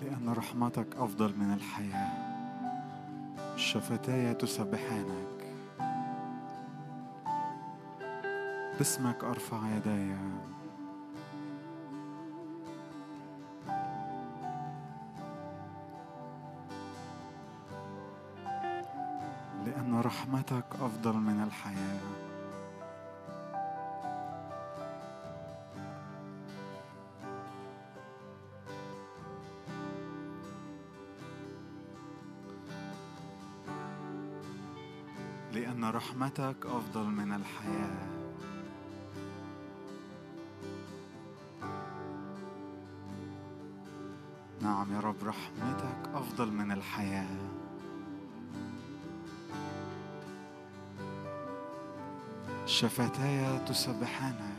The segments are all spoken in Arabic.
لأن رحمتك أفضل من الحياة. شفتاي تسبحانك، باسمك أرفع يداي. لأن رحمتك أفضل من الحياة. لأن رحمتك أفضل من الحياة. نعم يا رب، رحمتك أفضل من الحياة. شفتاي تسبحانك،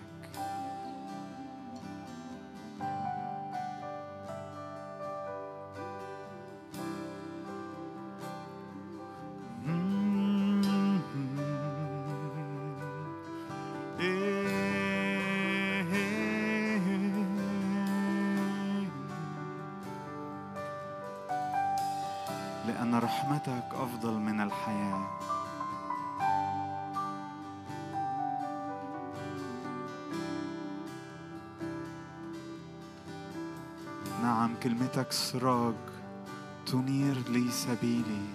لأن رحمتك أفضل من الحياة. نعم، كلمتك سراج تنير لي سبيلي.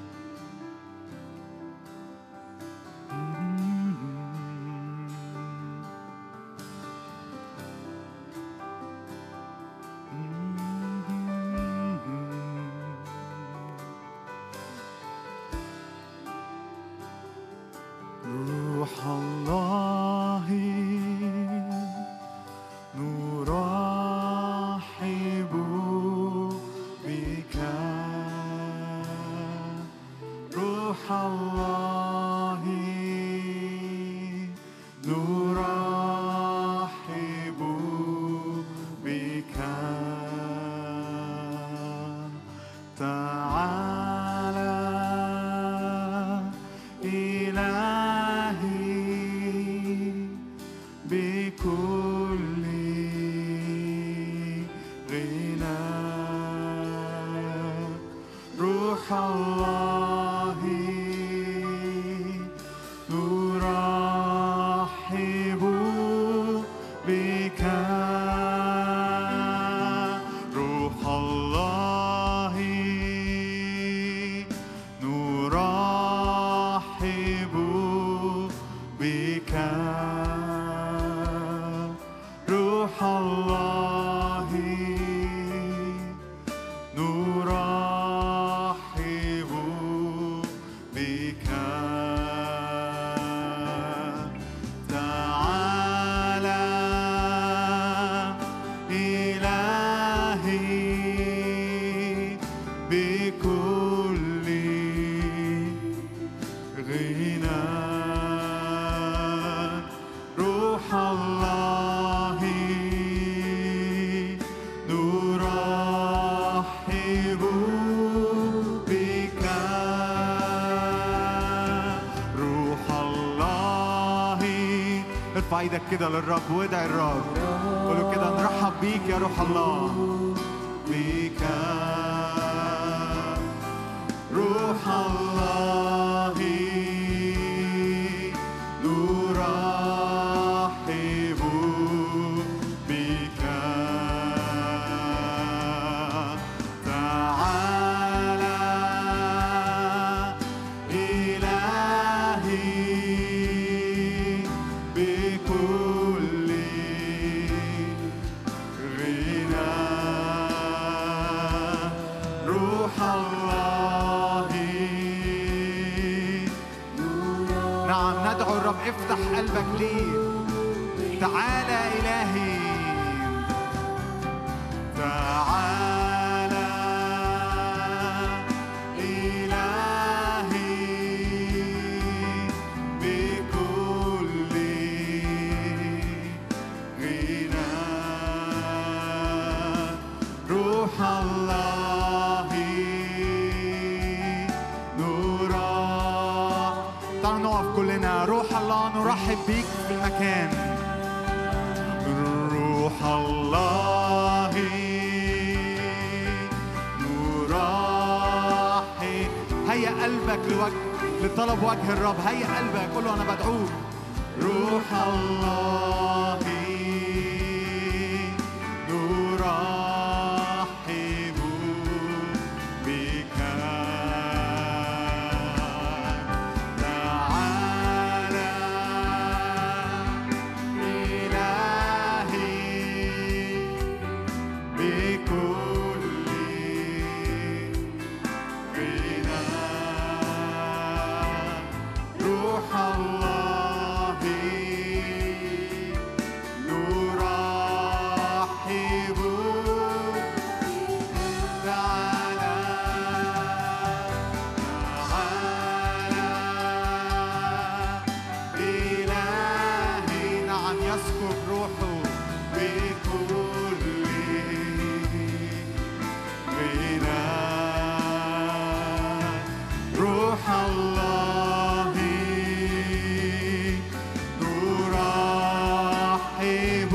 روح الله نرحب بك، روح الله نرحب بك. تعالى إلهي بكل غنى، روح الله نرحب بك، روح الله نرحب بك، روح الله نرحب بك. تعالى إلهي بكل غنى، روح الله نرحب بك، روح الله. ارفع ايدك كده للرب وادعي الرب، قول له كده نرحب بيك يا روح الله، بك روح الله نرحب بك. تعالى إلهي بكل غنى، روح الله. نعم، ندعو الرب، افتح قلبك ليه. تعالى إلهي، تعالى إلهي بكل غنى، روح الله نرحب. تعالوا نقف كلنا. روح الله نرحب بيك في المكان. روح الله لطلب وجه الرب. هيا قلبك قول له أنا بدعوك. روح الله نرحب بك، تعالى إلهي بكل غنى. روح الله نرحب، تعالى إلهي. نعم يسكب روحه بكل غنى. روح الله نرحب،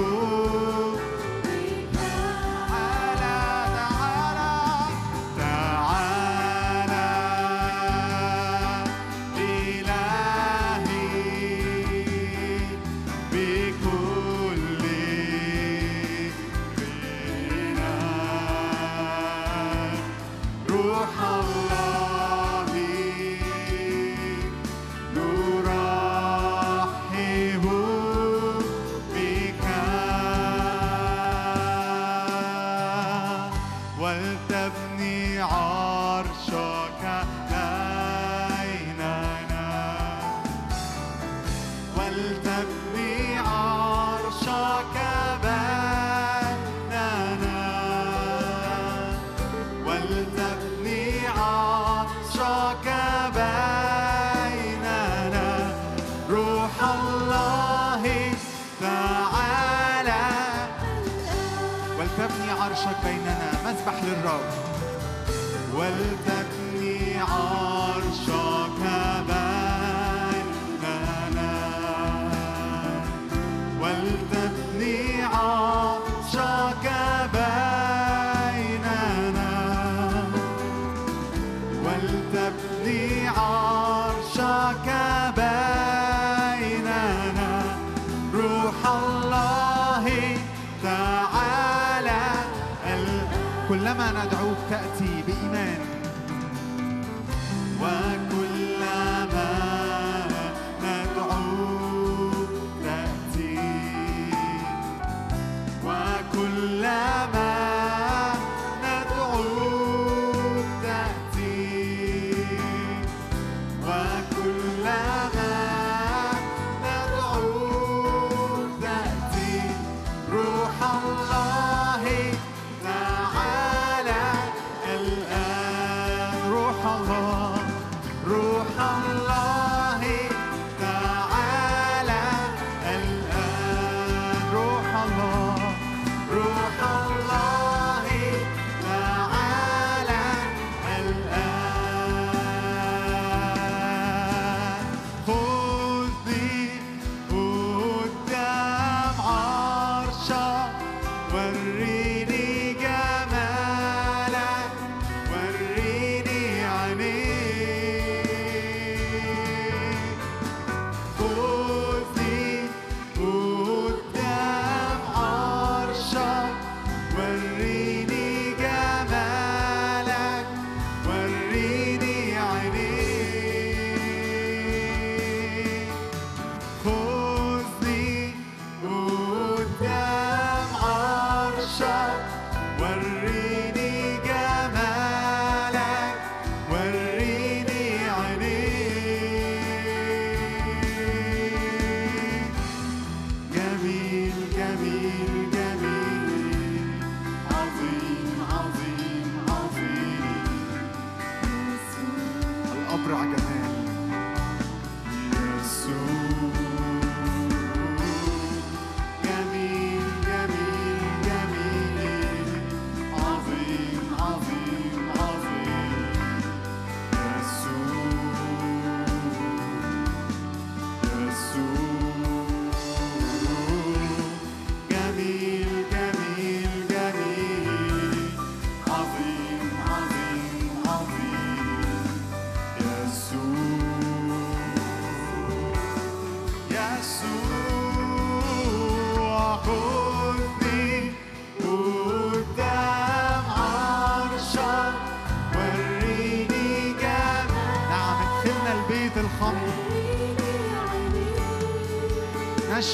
تعالى تعالى إلهي بكل غنى. روح الله نرحب بك، ولتبني عرشك بيننا، ولتبني عرشك بيننا، ولتبني عرشك بيننا. روح الله تعالى، ولتبني عرشك بيننا. مسبح للرب. ولتبني عرشك بيننا، ولتبني عرشك بيننا، ولتبني عرشك بيننا. روح الله تعالى. كلما ندعوك تأتي بإيمان، وكلما ندعوك تأتي، وكلما ندعوك تأتي، وكلما ندعوك تأتي. روح الله تعالى الآن. روح الله، روح الله تعالى الآن. روح الله، روح الله تعالى الآن. خذني قدام عرشك، وريني جمالك، وريني عينيك. خذني قدام عرشك، وريني جمالك، وريني عينيك. خذني قدام عرشك،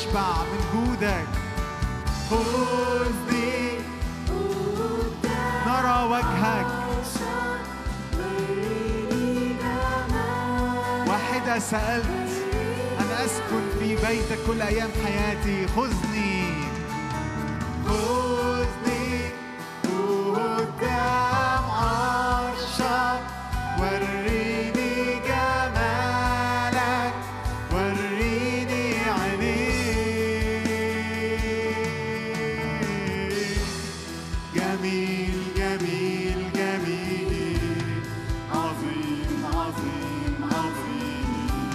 نشبع من جودك. خذني نرى وجهك. واحدة سألت أن أسكن في بيتك كل أيام حياتي. خذني قدام عرشك، وريني جمالك، وريني عينيك. جميل جميل جميل، عظيم عظيم عظيم،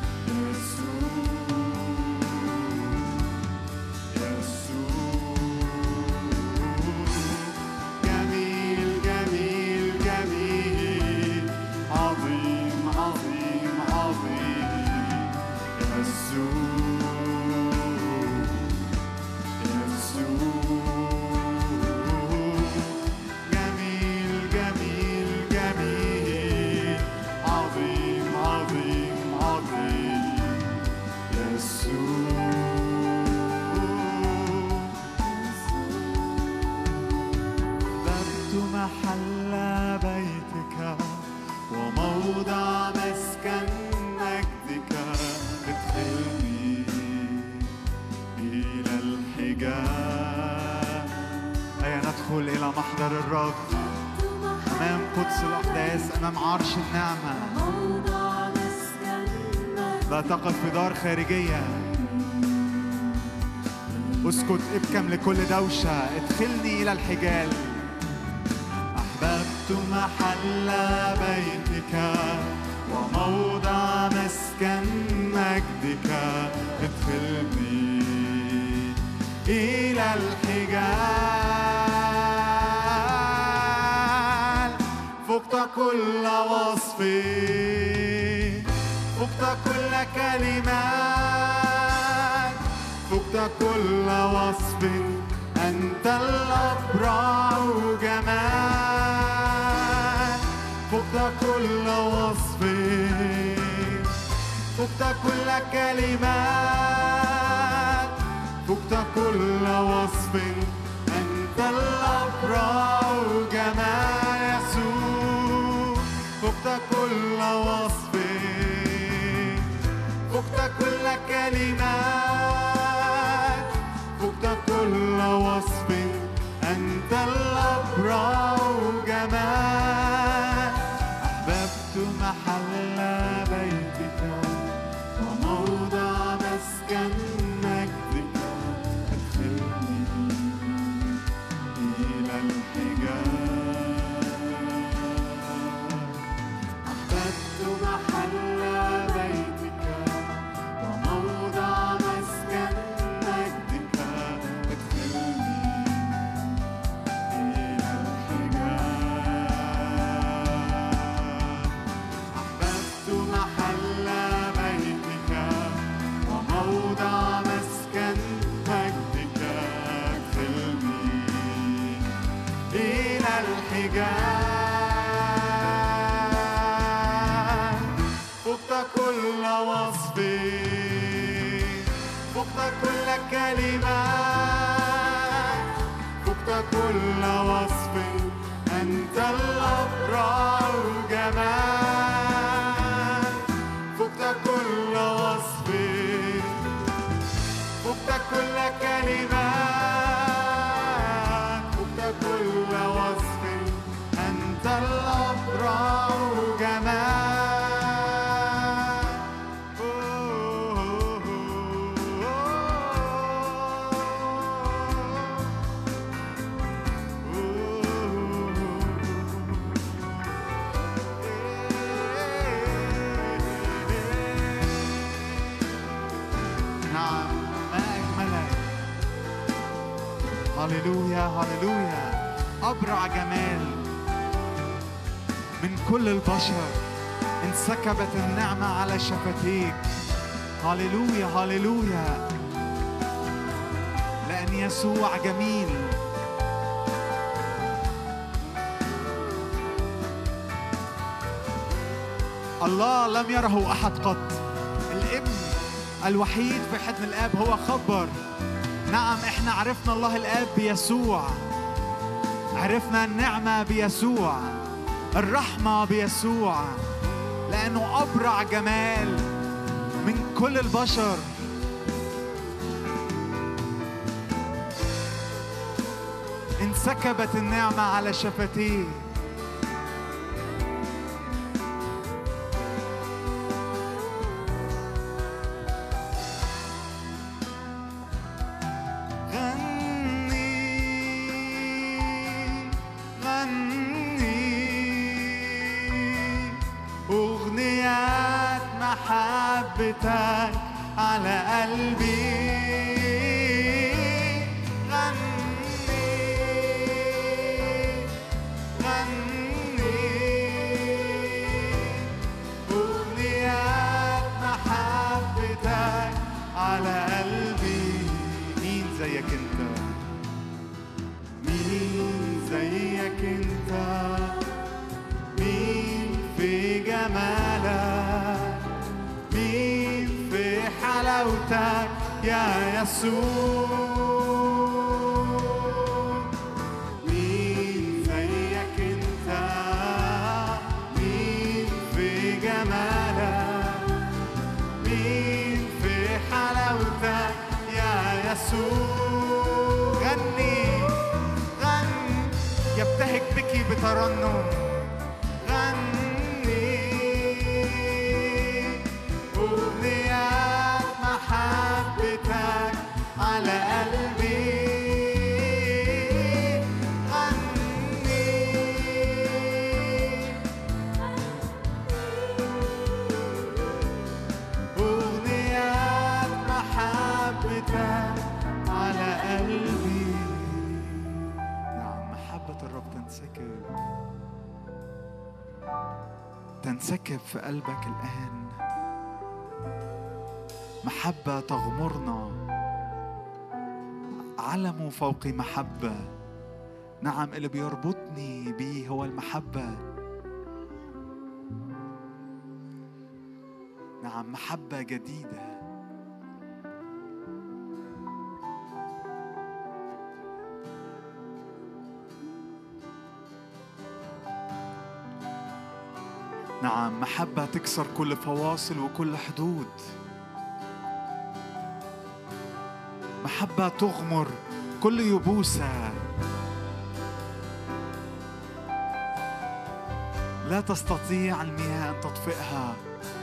يسوع جميل جميل جميل، عظيم عظيم عظيم، جميل جميل جميل، عظيم عظيم عظيم، يسوع. أحببت محل بيتك وموضع مسكن مجدك. ادخلني إلى الحجاب. هيا ندخل إلى محضر الرب، أمام قدس الأقداس، أمام عرش النعمة. لا تقف في دار خارجية. اسكت، ابكم لكل دوشة. ادخلني إلى الحجال. أحببت محل بيتك وموضع مسكن مجدك. ادخلني إلى الحجال. فقت كل وصف، فقت كل كلمات، فقت كل وصف، أنت الأبرع جمال. فقت كل وصف، فقت كل كلمات، فقت كل وصف، أنت الأبرع جمال. يسوع فقت كل وصف، فقت كل كلمات، فقت كل وصف، أنت الأبرع جمال. أحببت محل بيتك وموضع مسكن مجدك. أدخلني إلى الحجاب. أحببت محل بيتك وموضع مسكن مجدك. أدخلني إلى الحجاب. أحببت محل بيتك وموضع مسكن مجدك. أدخلني إلى الحجاب. فقت كل وصف، فقت كل كلمات، فقت كل وصف، أنت الأبرع جمال. فقت كل وصف، فقت كل كلمات، فقت كل وصف، أنت الأبرع جمال. نعم، ما أجملك. هللويا هللويا. أبرع جمال من كل البشر. انسكبت النعمة على شفتيك. هللويا هللويا. لأن يسوع جميل. الله لم يره أحد قط. الابن الوحيد في حضن الآب هو خبر. نعم احنا عرفنا الله الآب بيسوع، عرفنا النعمة بيسوع، الرحمة بيسوع، لأنه أبرع جمال من كل البشر. انسكبت النعمة على شفتيه. محبتك على قلبي، غني غني أغنيات محبتك على قلبي. مين زيك انت؟ مين زيك انت؟ مين في جمالك؟ مين في حلاوتك يا يسوع؟ مين زيك انت؟ مين في جمالك؟ مين في حلاوتك يا يسوع؟ غني غني يبتهج بك بترنم. محبتك على قلبي، غني أغنيات محبتك على قلبي. نعم محبة الرب تنسكب في قلبك الآن. محبة تغمرنا، علم فوق محبة. نعم اللي بيربطني بيه هو المحبة. نعم محبة جديدة. نعم محبة تكسر كل فواصل وكل حدود. محبة تغمر كل يبوسة لا تستطيع المياه أن تطفئها.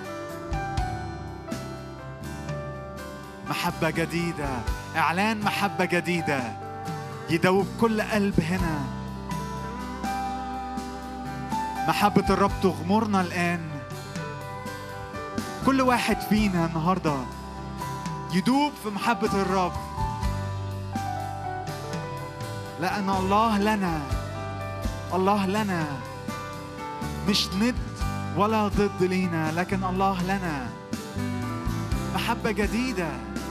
محبة جديدة، إعلان محبة جديدة يدوب كل قلب هنا. محبة الرب تغمرنا الآن. كل واحد فينا النهاردة يدوب في محبة الرب، لأن الله لنا مش ند ولا ضد لينا، لكن الله لنا. محبة جديدة،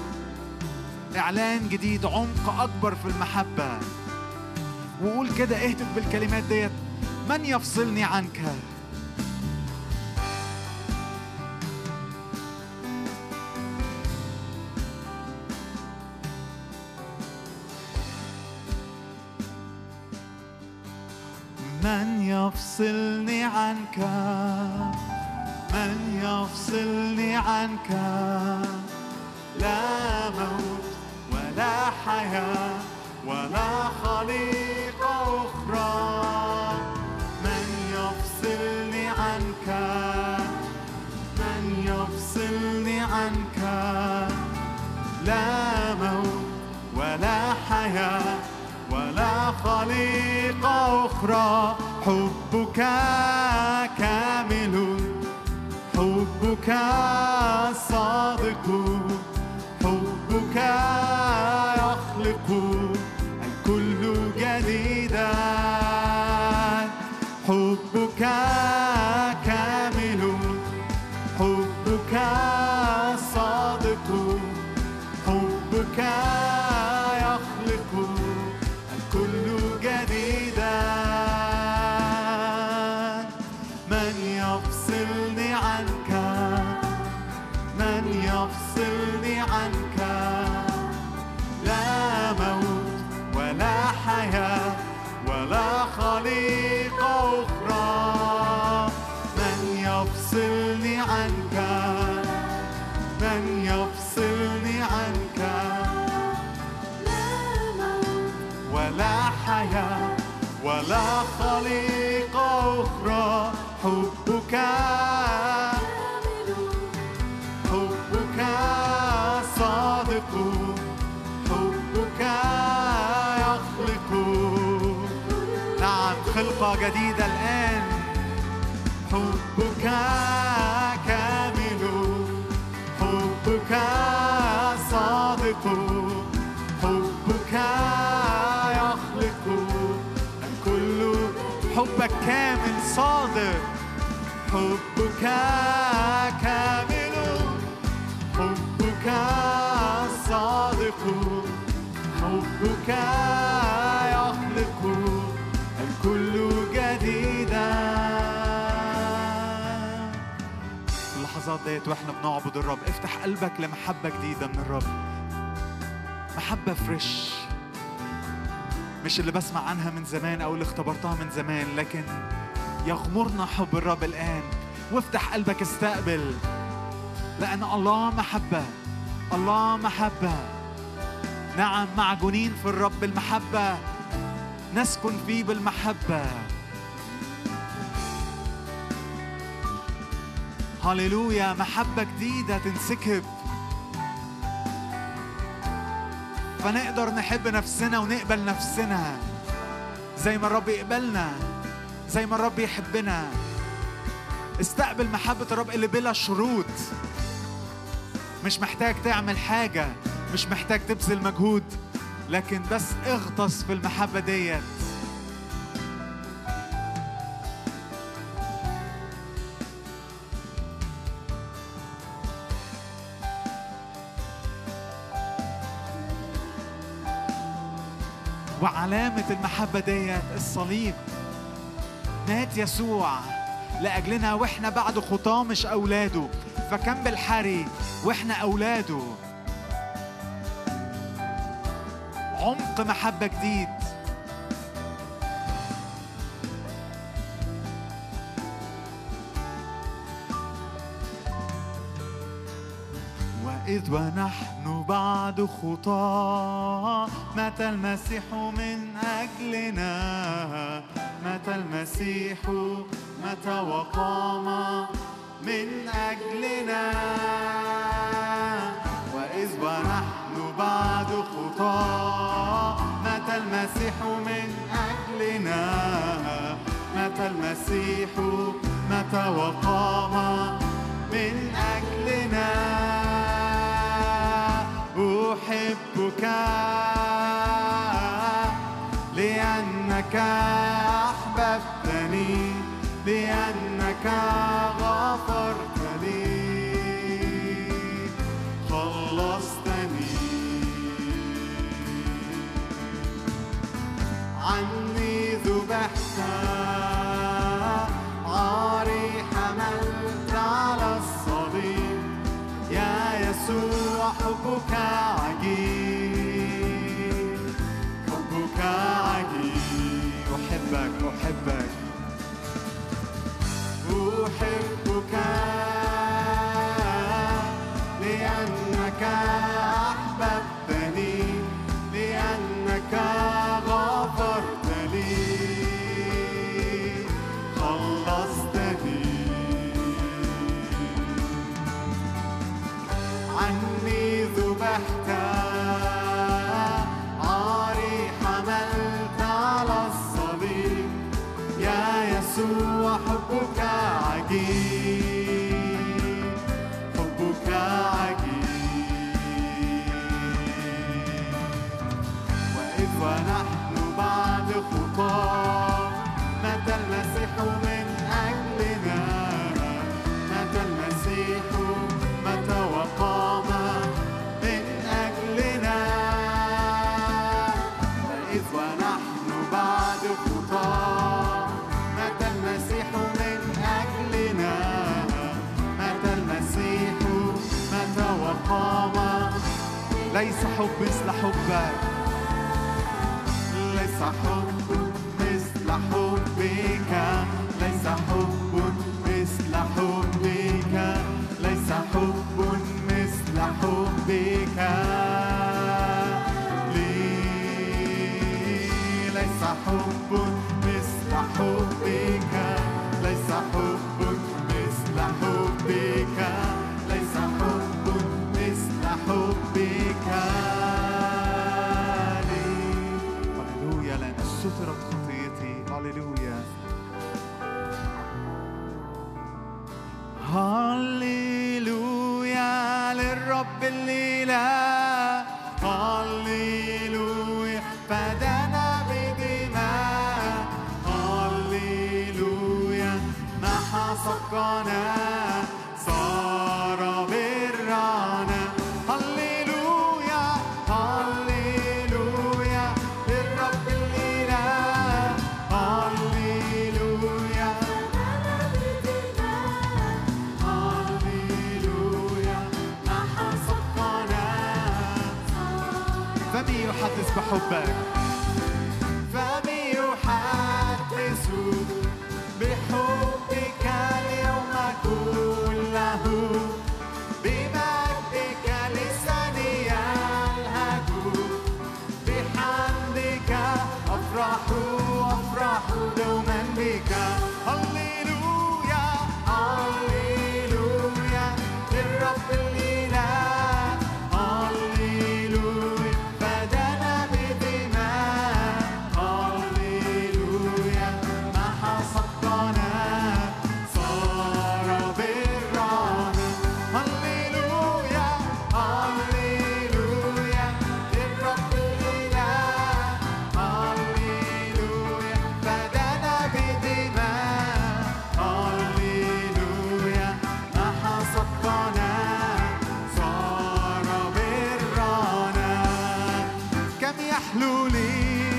إعلان جديد، عمق أكبر في المحبة. وقول كده، اهتف بالكلمات ديت: من يفصلني عنك؟ من يفصلني عنك؟ من يفصلني عنك؟ لا موت ولا حياة ولا خليقة أخرى. من يفصلني عنك؟ من يفصلني عنك؟ لا موت ولا حياة ولا خليقة أخرى. حبك كامل، حبك صادق، حبك يخلق الكل جديدا. حبك كامل، حبك صادق، حبك يخلق الكل جديدا. من يفصلني عنك؟ من يفصلني ولا حياة ولا خليقة أخرى. حبك صادق، حبك يخلق. نعم، خلقة جديدة الآن. حبك كامل، حبك صادق، حبك يخلق الكل. حبك كامل صادق، حبك كامل، حبك صادق، حبك يخلق الكل جديدا. في اللحظات ديت واحنا بنعبد الرب، افتح قلبك لمحبة جديدة من الرب، محبة فريش، مش اللي بسمع عنها من زمان أو اللي اختبرتها من زمان، لكن يغمرنا حب الرب الآن. وافتح قلبك، استقبل، لأن الله محبة، الله محبة. نعم، معجونين في الرب المحبة، نسكن فيه بالمحبة. هاليلويا، محبة جديدة تنسكب، فنقدر نحب نفسنا ونقبل نفسنا زي ما الرب يقبلنا، زي ما الرب يحبنا. استقبل محبة الرب اللي بلا شروط، مش محتاج تعمل حاجة، مش محتاج تبذل مجهود، لكن بس اغطس في المحبة ديت. وعلامة المحبة ديت الصليب. مات يسوع لأجلنا وإحنا بعد خطاه مش أولاده، فكم بالحري وإحنا أولاده. عمق محبة جديد. وإذ ونحن بعد خطاه مات المسيح من أجلنا، مات المسيح، مات وقام من أجلنا. وإذ ونحن بعد خطاه مات المسيح من أجلنا، مات المسيح، مات وقام من أجلنا. أحبك لأنك أحببتني، لأنك غفرت لي، خلصتني. عني ذبحت، عاري حملت على الصليب. يا يسوع حبك عجيب، حبك عجيب. أحبك أحبك أحبك لأنك أحببتني، لأنك غفرت لي، خلصتني. عني ذبحت، عاري حملت على الصليب. يا يسوع حبك عجيب، حبك عجيب. وإذ ونحن بعد خطاه مات المسيح من أجلنا، مات المسيح، مات وقام من أجلنا. وإذ ونحن بعد خطاه مات المسيح من أجلنا، مات المسيح، مات وقام. ليس حب مثل حبك، ليس حب مثل حبك، ليس حب مثل حبك، ليس حب مثل حبك لي. حب مثل حبك، ليس حب مثل حبك، ليس حب مثل حبك لي. هللويا، لأن سترت خطيتي. هللويا هللويا للرب الإله. هللويا فدانا بدماء. هللويا محى سقانا صار برانا. هللويا هللويا للرب الإله. هللويا هللويا محى سقانا. فمن يحدث بحبك؟ فمن يحدث بحبك اليوم كله؟ بمجدك لساني يلهج، بحمدك أفرح أفرح دوما بك. هللويا هللويا للرب الإله. هللويا فدانا بدماء. هللويا محى سقانا صار برانا. هللويا هللويا للرب الإله. هللويا فدانا بدماء. هللويا محى سقانا صار برانا. كم يحلو لي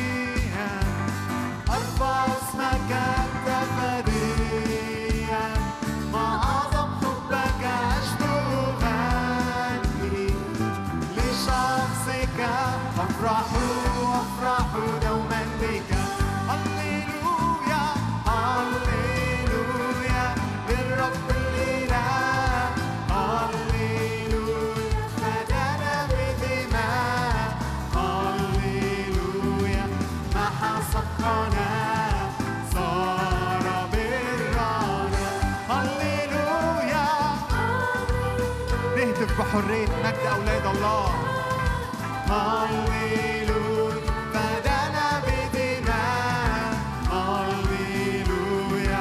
أرفع اسمك أنت فديا، مع أعظم حبك أشدو غني، لشخصك أفرح أفرح دوما بك. هللويا هللويا للرب الإله. هللويا فدانا بدماء. هللويا محى سقانا صار برانا. هللويا نهتف بحرية مجد أولاد الله. هللويا فدانا بدماء. هللويا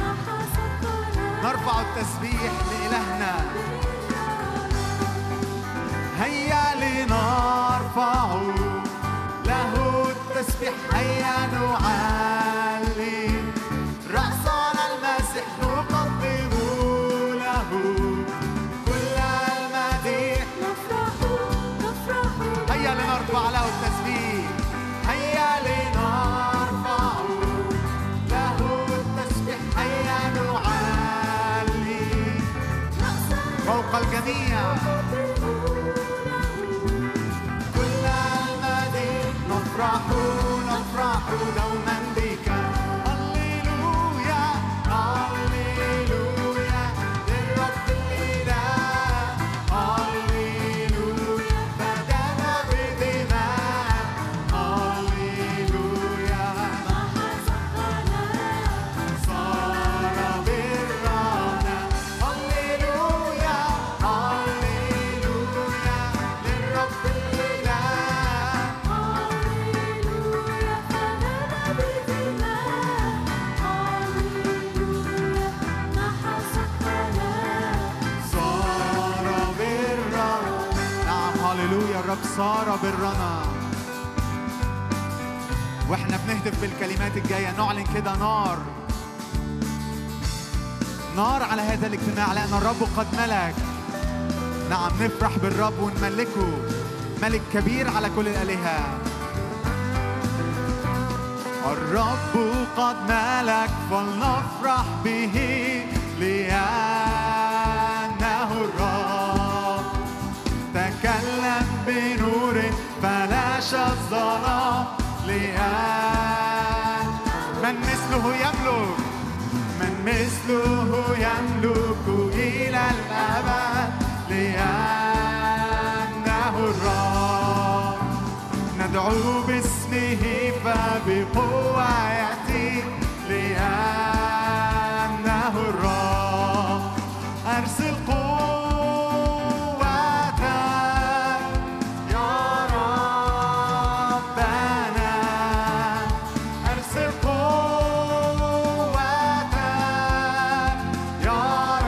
نرفع التسبيح لإلهنا. هيا لنرفع له التسبيح، هيا نعلي رأسنا المسيح، نقدم له كل المديح. هيا لنرفع له التسبيح. هيا لنرفع له التسبيح، هيا نعلي فوق الجميع كل المديح. نفرح نفرح دوما بك. هللويا هللويا للرب الإله. هللويا فدانا بدماء. هللويا محى سقانا صار برانا. هللويا هللويا للرب الإله. هللويا فدانا بدماء. هللويا محى سقانا صار برانا. نعم هللويا الرب صار برانا. واحنا بنهتف بالكلمات الجاية نعلن كده نار نار على هذا الاجتماع، لأن الرب قد ملك. نعم نفرح بالرب ونملكه، ملك كبير على كل الآلهة. الرب قد ملك فلنفرح به، لأنه الرب تكلم بنور فلاشى الظلام. لأن من مثله يملك، من مثله يملك إلى الأبد. لأنه الرب ندعو باسمه فبقوة يأتي لأنه الرب. أرسل قوتك يا ربنا، أرسل قوتك يا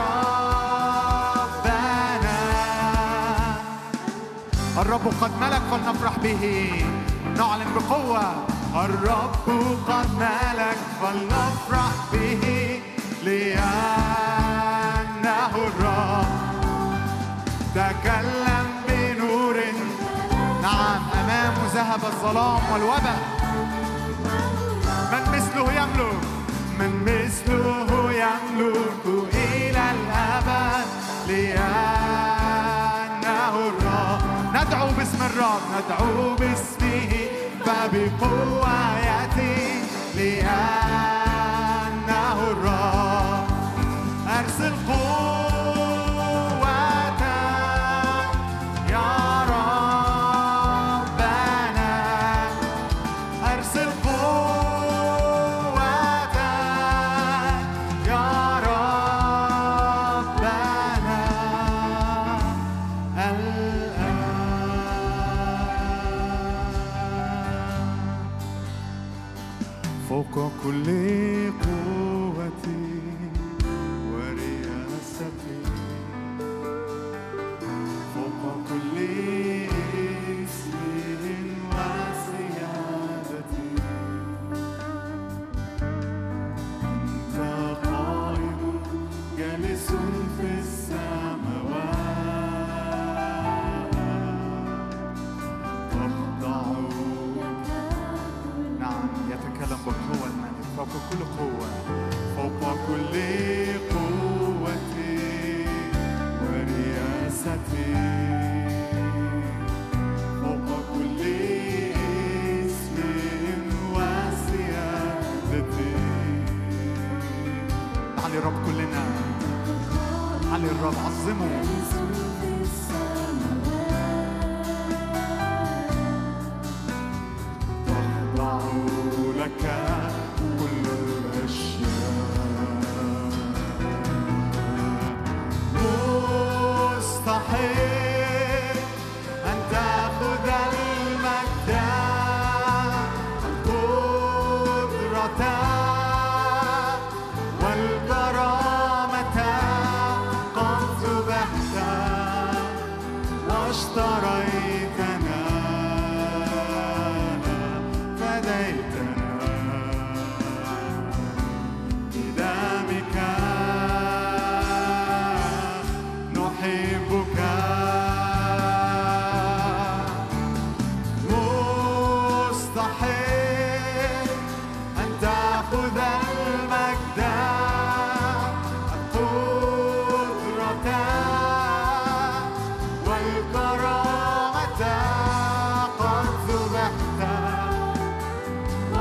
ربنا. الرب قد ملك فلنفرح به، نعلن بقوة الرب قد ملك فلنفرح به لأنه الرب تكلم بنور. نعم، أمامه ذهب الظلام والوباء. من مثله يملك، من مثله يملك إلى الأبد لأنه الرب. ندعو باسم الرب، ندعو باسمه فبقوة يأتي لأنه الرب. أرسل قوتك يا ربنا، أرسل قوتك يا ربنا الآن. فوق كل قوتي ورياستي، فوق كل اسم وسيادتي، أنت قائم جالس في السماوات، تخضع. نعم، يتكلم بقوة الملك فوق كل قوة، فوق كل قوتي ورياستي، فوق كل اسم وسيادتي. علي الرب كلنا، علي الرب، عظمه. تخضع لك كل الأشياء، مستحيل أن تأخذ المجد، القدرة والكرامة، قد ذبحت واشتريتنا، فديتنا بدمك، نحبك. مستحيل أن تأخذ المجد، القدرة والكرامة، قد ذبحت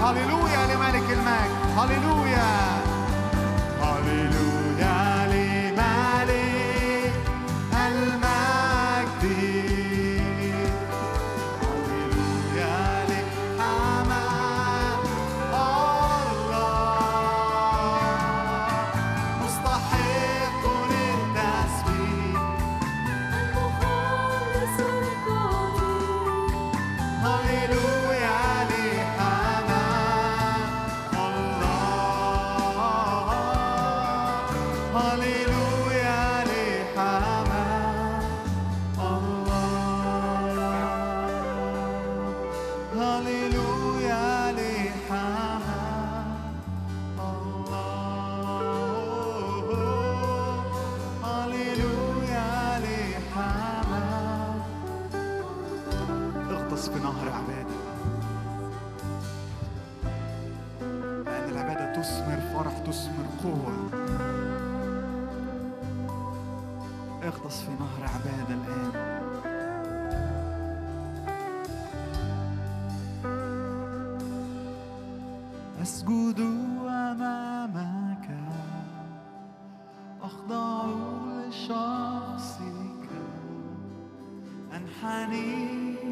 هللويا لملك المجد. هللويا هللويا لملك المجد. هللويا لحمام الله مستحق للتسبيح المخلص القدير. هللويا لحمام الله. هللويا لحمام الله. هللويا لحمام الله. هللويا لحمام. اغطس في نهر عبادة، لأن العبادة تثمر فرح، تثمر قوة. اغطس في نهر عبادة الآن. أسجد أمامك، أخضع لشخصك، أنحني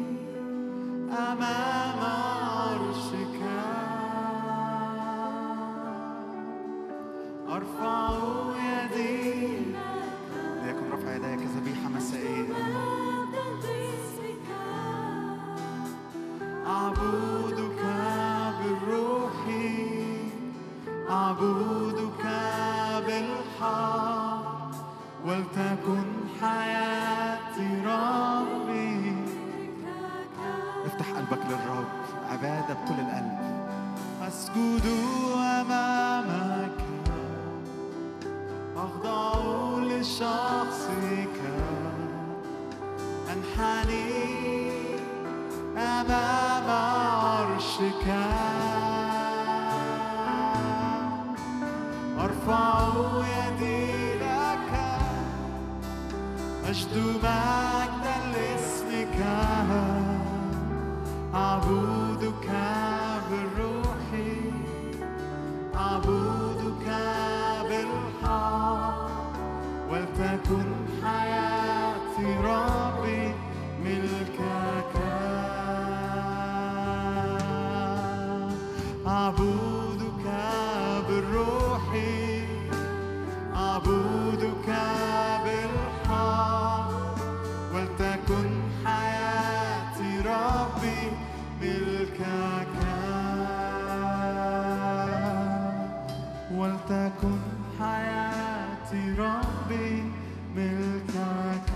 أمام عرشك، أرفع يدي. ليكن رفع يديك ذبيحة مسائية. أعبدك بالروح، أعبدك بالحق، ولتكن حياتي ربي. افتح قلبك للرب، عبادة بكل القلب. أسجد أمامك، أخضع لشخصك، أنحني أمام عرشك، أرفع يدي لك، أجد مجدا لاسمك. أعبدك بالروح، أعبدك بالحق، ولتكن حياتي ربي ملكك. أعبدك بالروح، أعبدك بالحق، ولتكن حياتي ربي ملكك. ولتكن حياتي ربي ملكك.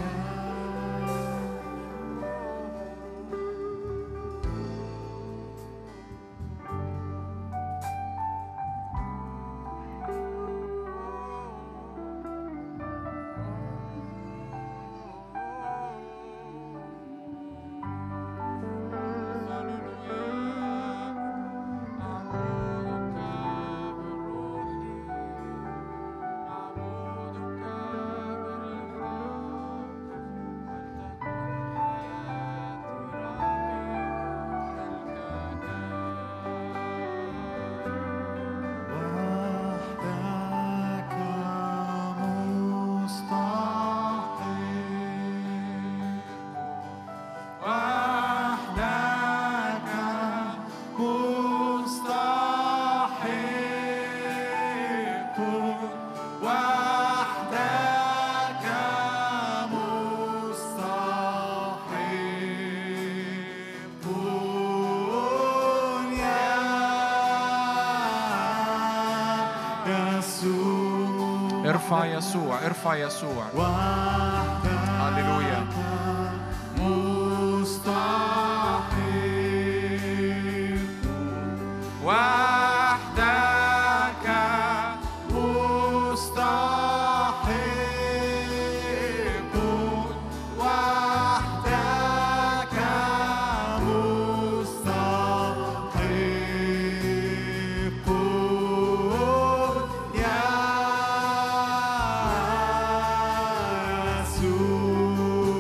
ارفع يسوع، ارفع يسوع. هللويا. وحدك مستحق، وحدك مستحق يا يسوع.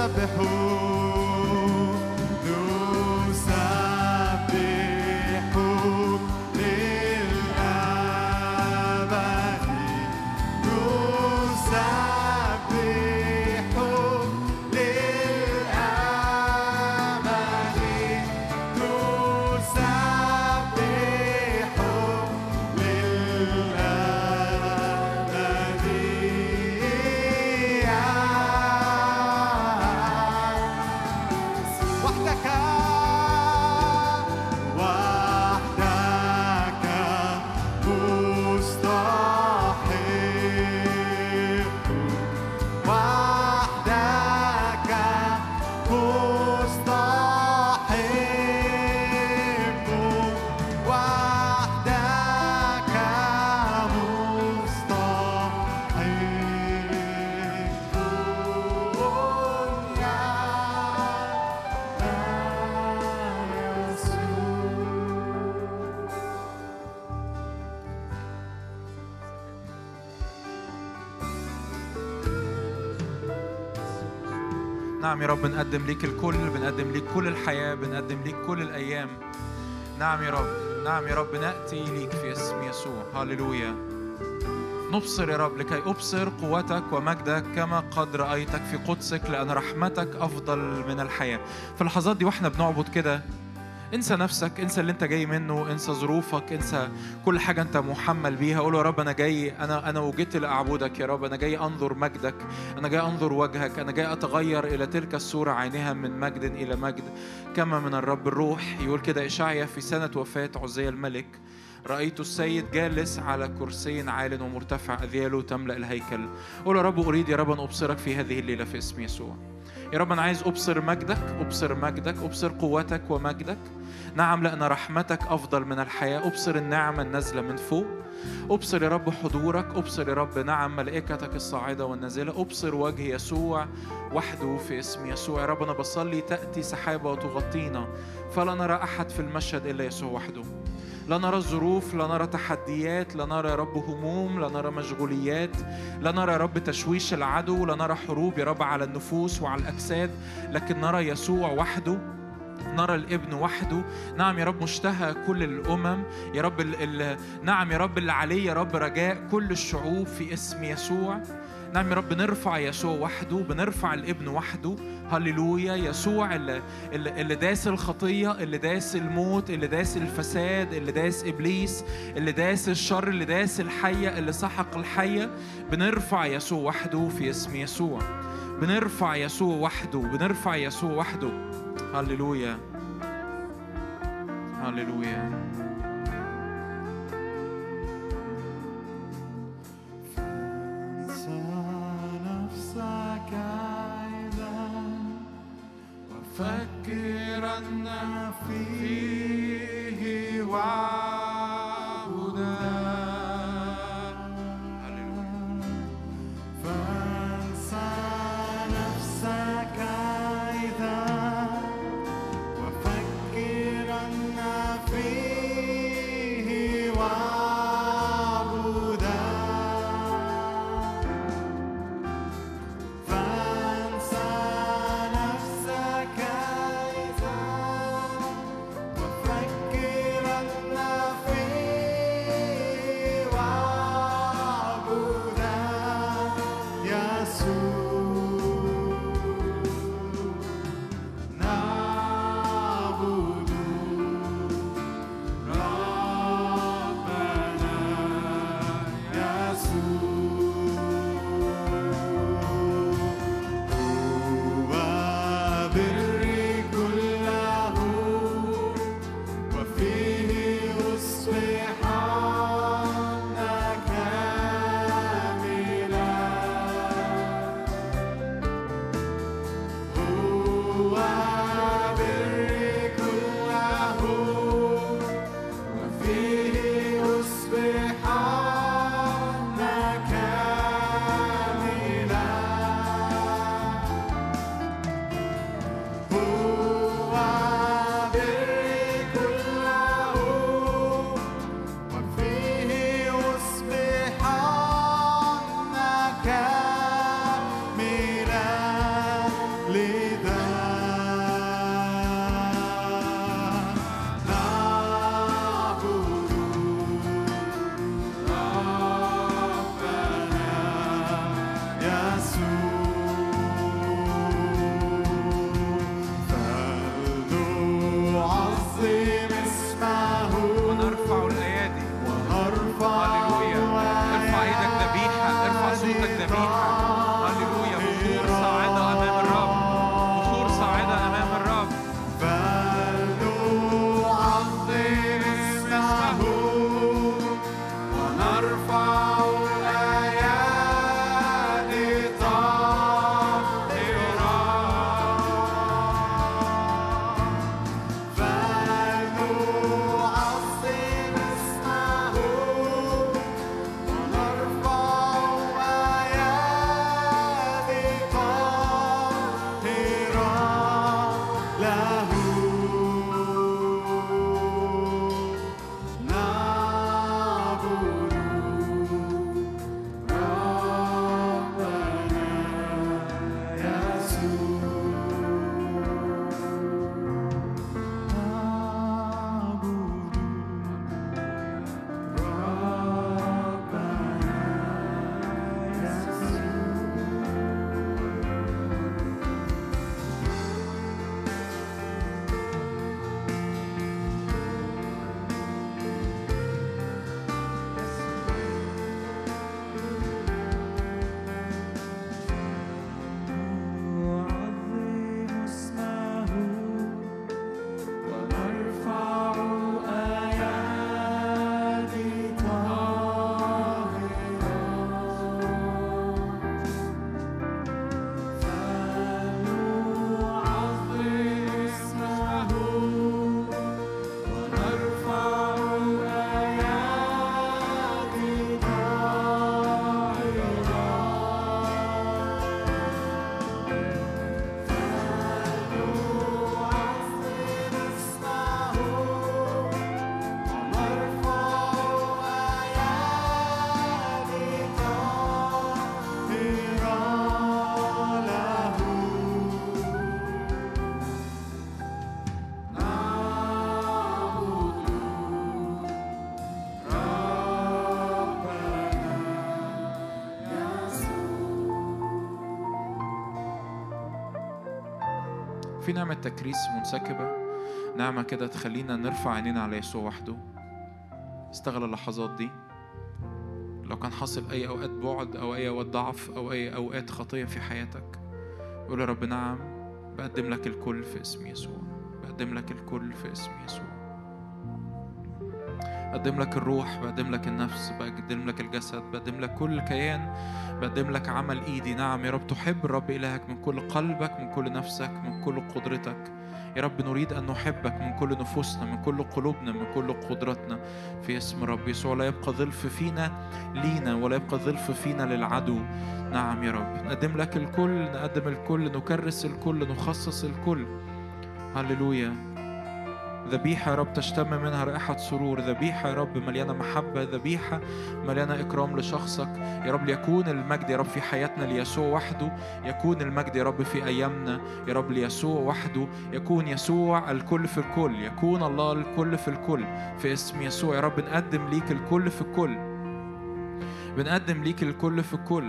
نعم يا رب، بنقدم ليك الكل، بنقدم ليك كل الحياة، بنقدم ليك كل الأيام. نعم يا رب، نعم يا رب، نأتي ليك في اسم يسوع. هاليلويا. نبصر يا رب لكي أبصر قوتك ومجدك كما قد رأيتك في قدسك، لأن رحمتك أفضل من الحياة. في اللحظات دي وإحنا بنعبد كده، انسى نفسك، انسى اللي انت جاي منه، انسى ظروفك، انسى كل حاجة انت محمل بيها. قول يا رب أنا جاي، أنا وجدت لأعبدك يا رب، أنا جاي أنظر مجدك، أنا جاي أنظر وجهك، أنا جاي أتغير إلى تلك الصورة عينها من مجد إلى مجد كما من الرب الروح. يقول كده إشعيا في سنة وفاة عزيا الملك: رأيت السيد جالس على كرسي عال ومرتفع، أذياله تملأ الهيكل. قول يا رب أريد يا رب أن أبصرك في هذه الليلة في اسم يسوع. يا رب أنا عايز أبصر مجدك، أبصر مجدك، أبصر قوتك ومجدك. نعم، لأن رحمتك أفضل من الحياة. أبصر النعمة النازلة من فوق، أبصر يا رب حضورك، أبصر يا رب نعم ملائكتك الصاعدة والنازلة، أبصر وجه يسوع وحده في اسم يسوع. يا رب أنا بصلي تأتي سحابة وتغطينا، فلا نرى أحد في المشهد إلا يسوع وحده. لا نرى الظروف، لا نرى تحديات، لا نرى يا رب هموم، لا نرى مشغوليات، لا نرى يا رب تشويش العدو، لا نرى حروب يا رب على النفوس وعلى الأجساد، لكن نرى يسوع وحده، نرى الابن وحده. نعم يا رب، مشتهى كل الأمم يا رب، نعم يا رب، اللي عليه يا رب رجاء كل الشعوب في اسم يسوع. نعم يا رب، بنرفع يسوع وحده، بنرفع الابن وحده. هللويا. يسوع اللي داس الخطية، اللي داس الموت، اللي داس الفساد، اللي داس إبليس، اللي داس الشر، اللي داس الحية، اللي سحق الحية. بنرفع يسوع وحده في اسم يسوع. بنرفع يسوع وحده، بنرفع يسوع وحده. هللويا هللويا. فكرنا فيه وعبدا، فانسى نفسك إذا وفكرنا فيه وعبدا، فانسى نفسك إذا وفكرنا في نعمة تكريس منسكبة، نعمة كده تخلينا نرفع عينينا على يسوع وحده. استغل اللحظات دي. لو كان حاصل أي أوقات بعد أو أي أوقات ضعف أو أي أوقات خطية في حياتك، قول يا رب نعم، بقدم لك الكل في اسم يسوع. بقدم لك الكل في اسم يسوع. بقدم لك الروح، بقدم لك النفس، بقدم لك الجسد، بقدم لك كل كيان، بقدم لك عمل إيدي. نعم يا رب، تحب الرب إلهك من كل قلبك، من كل نفسك، من كل قدرتك. يا رب نريد أن نحبك من كل نفوسنا، من كل قلوبنا، من كل قدرتنا في اسم الرب يسوع. لا يبقى ظلف فينا لينا، ولا يبقى ظلف فينا للعدو. نعم يا رب، نقدم لك الكل، نقدم الكل، نكرس الكل، نخصص الكل. هللويا. ذبيحة يا رب تشتم منها رائحة سرور، ذبيحة يا رب مليانة محبة، ذبيحة مليانة إكرام لشخصك. يا رب ليكون المجد يا رب في حياتنا ليسوع وحده، يكون المجد يا رب في أيامنا يا رب ليسوع وحده، يكون يسوع الكل في الكل، يكون الله الكل في الكل في اسم يسوع. يا رب نقدم ليك الكل في الكل، بنقدم ليك الكل في الكل.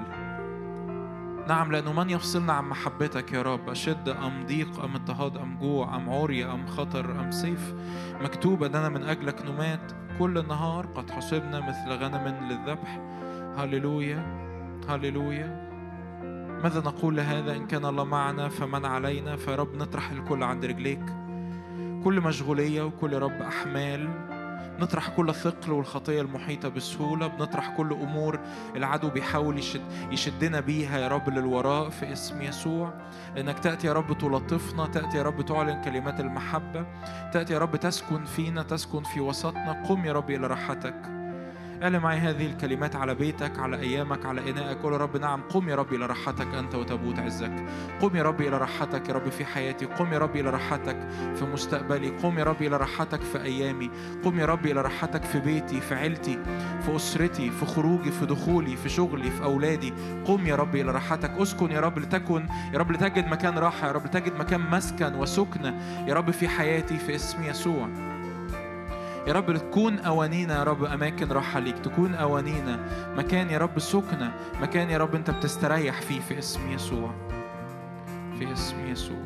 نعم، لأنه من يفصلنا عن محبتك يا رب؟ أشد أم ضيق أم اضطهاد أم جوع أم عري أم خطر أم سيف؟ مكتوب أننا من أجلك نمات، كل النهار قد حسبنا مثل غنم للذبح. هللويا هللويا. ماذا نقول لهذا؟ إن كان الله معنا فمن علينا؟ فيا رب نطرح الكل عند رجليك، كل مشغولية وكل رب أحمال، نطرح كل ثقل والخطية المحيطة بسهولة، بنطرح كل أمور العدو بيحاول يشدنا بيها يا رب للوراء في اسم يسوع. لأنك تأتي يا رب تلطفنا، تأتي يا رب تعلن كلمات المحبة، تأتي يا رب تسكن فينا، تسكن في وسطنا. قم يا رب إلى راحتك. قال معي هذه الكلمات على بيتك، على أيامك، على إنائك. قول يا رب نعم، قم يا رب إلى راحتك أنت وتبوت عزك. قم يا رب إلى راحتك يا رب في حياتي، قم يا رب إلى راحتك في مستقبلي، قم يا رب إلى راحتك في أيامي، قم يا رب إلى راحتك في بيتي، في عيلتي، في أسرتي، في خروجي، في دخولي، في شغلي، في أولادي. قم يا رب إلى راحتك. أسكن يا رب، لتكن يا رب، لتجد مكان راحة يا رب، لتجد مكان مسكن وسكنة يا رب في حياتي في اسم يسوع. يا رب تكون أوانينا يا رب أماكن راحة ليك، تكون أوانينا مكان يا رب سكنة، مكان يا رب أنت بتستريح فيه في اسم يسوع، في اسم يسوع.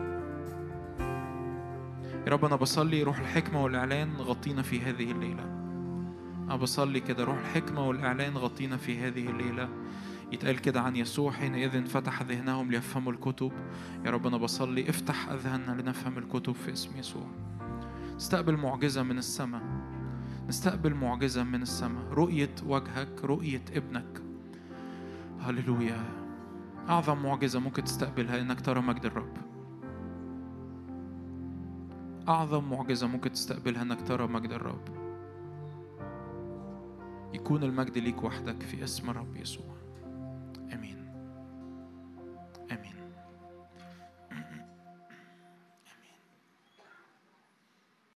يا رب أنا بصلي روح الحكمة والإعلان غطينا في هذه الليلة. أنا بصلي كده روح الحكمة والإعلان غطينا في هذه الليلة. يتقال كده عن يسوع حينئذ فتح ذهنهم ليفهموا الكتب. يا رب أنا بصلي افتح أذهاننا لنفهم الكتب في اسم يسوع. نستقبل معجزة من السماء، نستقبل معجزة من السماء، رؤية وجهك، رؤية ابنك. هللويا. أعظم معجزة ممكن تستقبلها إنك ترى مجد الرب. أعظم معجزة ممكن تستقبلها إنك ترى مجد الرب. يكون المجد ليك وحدك في اسم الرب يسوع.